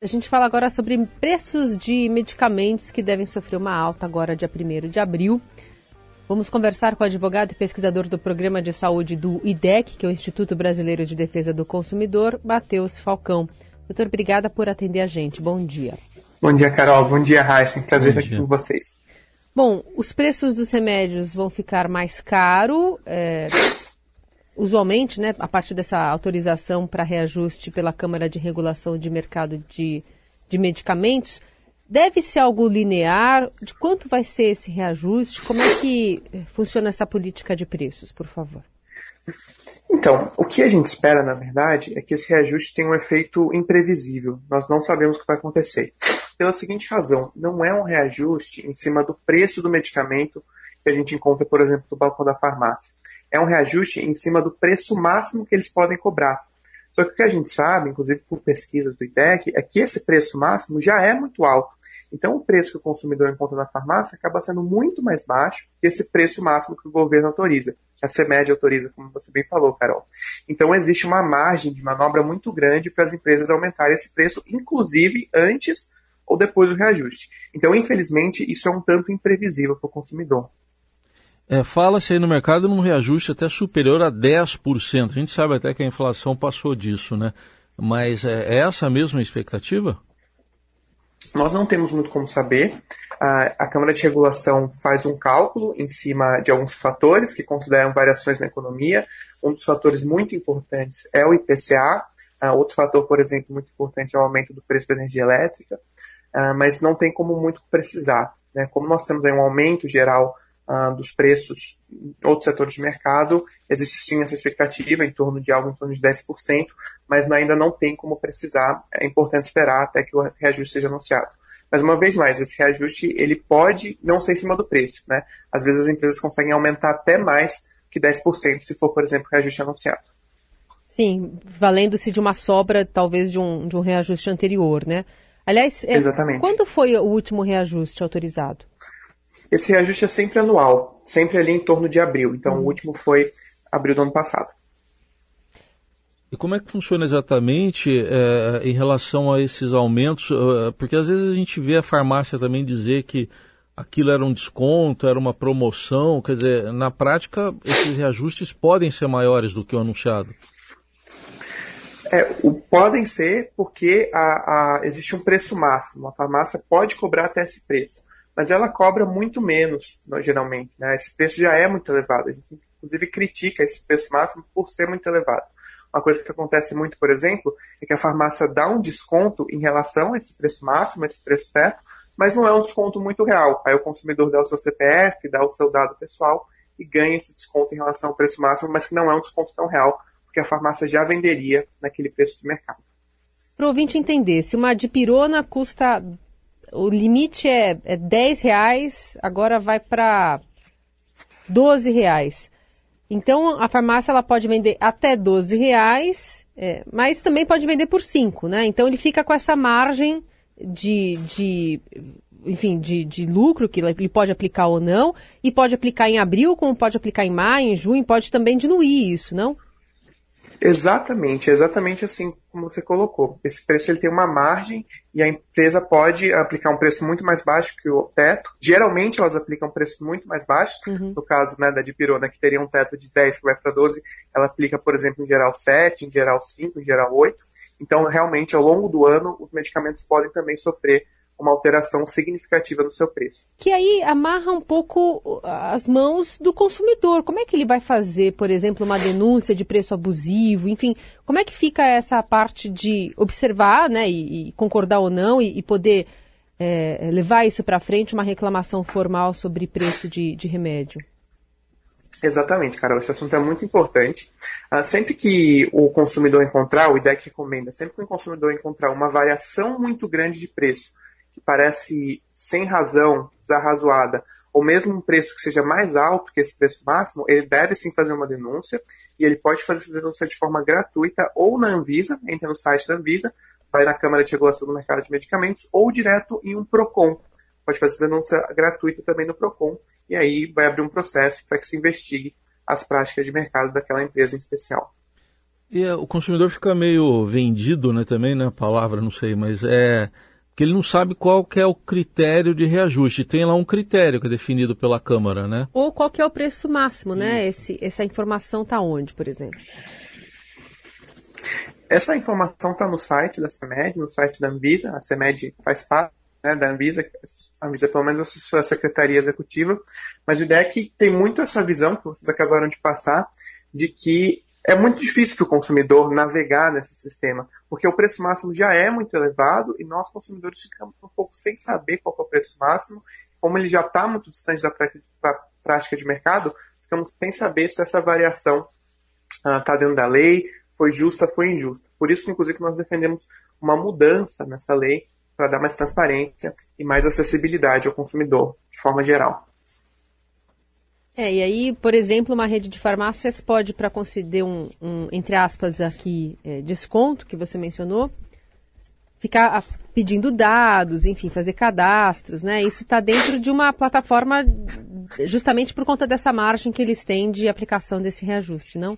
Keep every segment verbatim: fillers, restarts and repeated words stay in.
A gente fala agora sobre preços de medicamentos que devem sofrer uma alta agora, dia primeiro de abril. Vamos conversar com o advogado e pesquisador do Programa de Saúde do I D E C, que é o Instituto Brasileiro de Defesa do Consumidor, Matheus Falcão. Doutor, obrigada por atender a gente. Bom dia. Bom dia, Carol. Bom dia, Raíssa. Prazer estar aqui com vocês. Bom, os preços dos remédios vão ficar mais caros. É... Usualmente, né, a partir dessa autorização para reajuste pela Câmara de Regulação de Mercado de, de Medicamentos, deve ser algo linear? De quanto vai ser esse reajuste? Como é que funciona essa política de preços, por favor? Então, o que a gente espera, na verdade, é que esse reajuste tenha um efeito imprevisível. Nós não sabemos o que vai acontecer. Pela seguinte razão, não é um reajuste em cima do preço do medicamento que a gente encontra, por exemplo, no balcão da farmácia. É um reajuste em cima do preço máximo que eles podem cobrar. Só que o que a gente sabe, inclusive por pesquisas do I D E C, é que esse preço máximo já é muito alto. Então, o preço que o consumidor encontra na farmácia acaba sendo muito mais baixo que esse preço máximo que o governo autoriza, que a CEMED autoriza, como você bem falou, Carol. Então, existe uma margem de manobra muito grande para as empresas aumentarem esse preço, inclusive antes ou depois do reajuste. Então, infelizmente, isso é um tanto imprevisível para o consumidor. É, fala-se aí no mercado num reajuste até superior a dez por cento. A gente sabe até que a inflação passou disso, né? Mas é essa a mesma expectativa? Nós não temos muito como saber. A, a Câmara de Regulação faz um cálculo em cima de alguns fatores que consideram variações na economia. Um dos fatores muito importantes é o I P C A. Uh, outro fator, por exemplo, muito importante é o aumento do preço da energia elétrica. Uh, mas não tem como muito precisar, né? Como nós temos aí um aumento geral Uh, dos preços em outros setores de mercado, existe sim essa expectativa em torno de algo em torno de dez por cento, mas ainda não tem como precisar, é importante esperar até que o reajuste seja anunciado. Mas uma vez mais, esse reajuste ele pode não ser em cima do preço, né? Às vezes as empresas conseguem aumentar até mais que dez por cento se for, por exemplo, o reajuste anunciado. Sim, valendo-se de uma sobra, talvez de um, de um reajuste anterior, né? Aliás, é, Exatamente. Quando foi o último reajuste autorizado? Esse reajuste é sempre anual, sempre ali em torno de abril. Então, uhum. O último foi abril do ano passado. E como é que funciona exatamente é, em relação a esses aumentos? Porque às vezes a gente vê a farmácia também dizer que aquilo era um desconto, era uma promoção. Quer dizer, na prática, esses reajustes podem ser maiores do que o anunciado. É, o, podem ser porque a, a, existe um preço máximo. A farmácia pode cobrar até esse preço. Mas ela cobra muito menos, geralmente, né? Esse preço já é muito elevado. A gente, inclusive, critica esse preço máximo por ser muito elevado. Uma coisa que acontece muito, por exemplo, é que a farmácia dá um desconto em relação a esse preço máximo, a esse preço teto, mas não é um desconto muito real. Aí o consumidor dá o seu C P F, dá o seu dado pessoal e ganha esse desconto em relação ao preço máximo, mas que não é um desconto tão real, porque a farmácia já venderia naquele preço de mercado. Para o ouvinte entender, se uma dipirona custa... O limite é, é dez reais, agora vai para doze reais. Então, a farmácia ela pode vender até doze reais, é, mas também pode vender por cinco, né? Então, ele fica com essa margem de, de, enfim, de, de lucro que ele pode aplicar ou não, e pode aplicar em abril, como pode aplicar em maio, em junho, pode também diluir isso, não? Exatamente, exatamente assim como você colocou. Esse preço ele tem uma margem e a empresa pode aplicar um preço muito mais baixo que o teto. Geralmente elas aplicam preços muito mais baixos. Uhum. No caso, né, da dipirona, que teria um teto de dez que vai para doze, ela aplica, por exemplo, em geral sete, em geral cinco, em geral oito. Então, realmente, ao longo do ano, os medicamentos podem também sofrer uma alteração significativa no seu preço. Que aí amarra um pouco as mãos do consumidor. Como é que ele vai fazer, por exemplo, uma denúncia de preço abusivo? Enfim, como é que fica essa parte de observar, né, e, e concordar ou não, e, e poder é, levar isso para frente, uma reclamação formal sobre preço de, de remédio? Exatamente, Carol. Esse assunto é muito importante. Uh, sempre que o consumidor encontrar, o I D E C recomenda, sempre que o consumidor encontrar uma variação muito grande de preço, que parece sem razão, desarrazoada, ou mesmo um preço que seja mais alto que esse preço máximo, ele deve sim fazer uma denúncia, e ele pode fazer essa denúncia de forma gratuita ou na Anvisa, entra no site da Anvisa, vai na Câmara de Regulação do Mercado de Medicamentos, ou direto em um PROCON. Pode fazer denúncia gratuita também no PROCON, e aí vai abrir um processo para que se investigue as práticas de mercado daquela empresa em especial. E é, o consumidor fica meio vendido, né, também, né, a palavra, não sei, mas é que ele não sabe qual que é o critério de reajuste. Tem lá um critério que é definido pela Câmara, né? Ou qual que é o preço máximo, né? Esse, essa informação está onde, por exemplo? Essa informação está no site da CEMED, no site da Anvisa. A CEMED faz parte, né, da Anvisa, a Anvisa pelo menos a sua secretaria executiva, mas a ideia é que tem muito essa visão que vocês acabaram de passar, de que é muito difícil para o consumidor navegar nesse sistema, porque o preço máximo já é muito elevado e nós, consumidores, ficamos um pouco sem saber qual é o preço máximo. Como ele já está muito distante da prática de mercado, ficamos sem saber se essa variação está uh, dentro da lei, foi justa, foi injusta. Por isso, inclusive, nós defendemos uma mudança nessa lei para dar mais transparência e mais acessibilidade ao consumidor, de forma geral. É, e aí, por exemplo, uma rede de farmácias pode, para conceder um, um, entre aspas, aqui, é, desconto, que você mencionou, ficar pedindo dados, enfim, fazer cadastros, né? Isso está dentro de uma plataforma justamente por conta dessa margem que eles têm de aplicação desse reajuste, não?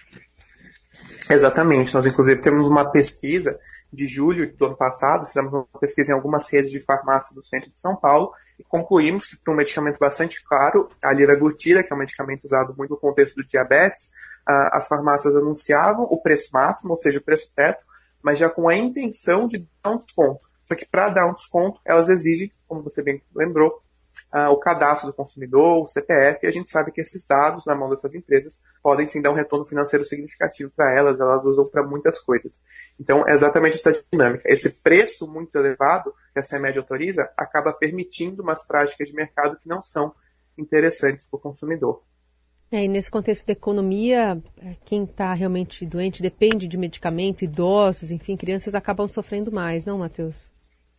Exatamente. Nós, inclusive, temos uma pesquisa de julho do ano passado, fizemos uma pesquisa em algumas redes de farmácia do centro de São Paulo e concluímos que para um medicamento bastante caro, a liraglutida, que é um medicamento usado muito no contexto do diabetes, as farmácias anunciavam o preço máximo, ou seja, o preço teto, mas já com a intenção de dar um desconto. Só que para dar um desconto, elas exigem, como você bem lembrou, Uh, o cadastro do consumidor, o C P F, e a gente sabe que esses dados na mão dessas empresas podem sim dar um retorno financeiro significativo para elas, elas usam para muitas coisas. Então, é exatamente essa dinâmica. Esse preço muito elevado que a CEMED autoriza acaba permitindo umas práticas de mercado que não são interessantes para o consumidor. É, e nesse contexto da economia, quem está realmente doente depende de medicamento, idosos, enfim, crianças acabam sofrendo mais, não, Matheus?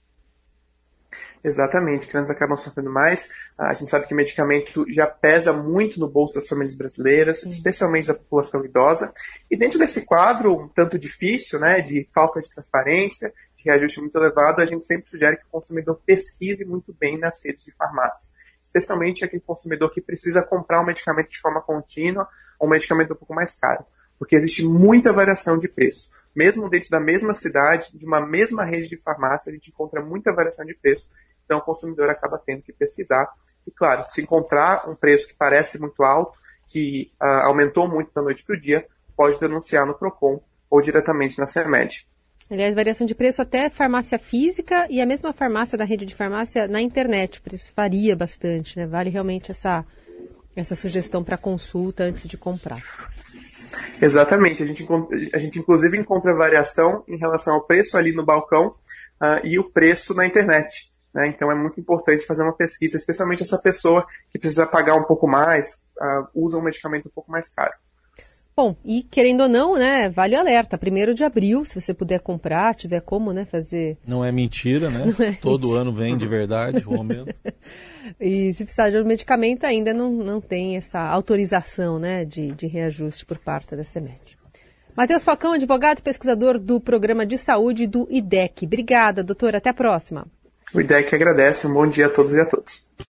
Exatamente, crianças acabam sofrendo mais. A gente sabe que o medicamento já pesa muito no bolso das famílias brasileiras, Sim. especialmente da população idosa. E dentro desse quadro, um tanto difícil, né, de falta de transparência, de reajuste muito elevado, a gente sempre sugere que o consumidor pesquise muito bem nas redes de farmácia. Especialmente aquele consumidor que precisa comprar um medicamento de forma contínua ou um medicamento um pouco mais caro. Porque existe muita variação de preço. Mesmo dentro da mesma cidade, de uma mesma rede de farmácia, a gente encontra muita variação de preço. Então, o consumidor acaba tendo que pesquisar. E, claro, se encontrar um preço que parece muito alto, que uh, aumentou muito da noite para o dia, pode denunciar no PROCON ou diretamente na CEMED. Aliás, variação de preço até farmácia física e a mesma farmácia da rede de farmácia na internet. O preço varia bastante, né? Vale realmente essa, essa sugestão para consulta antes de comprar. Exatamente, a gente, a gente inclusive encontra variação em relação ao preço ali no balcão uh, e o preço na internet, né? Então é muito importante fazer uma pesquisa, especialmente essa pessoa que precisa pagar um pouco mais, uh, usa um medicamento um pouco mais caro. Bom, e querendo ou não, né, vale o alerta, primeiro de abril, se você puder comprar, tiver como, né, fazer... Não é mentira, né? É Todo mentira. Ano vem de verdade o aumento. E se precisar de um medicamento, ainda não, não tem essa autorização, né, de, de reajuste por parte da CEMED. Matheus Falcão, advogado e pesquisador do Programa de Saúde do I D E C. Obrigada, doutor. Até a próxima. O I D E C agradece. Um bom dia a todos e a todas.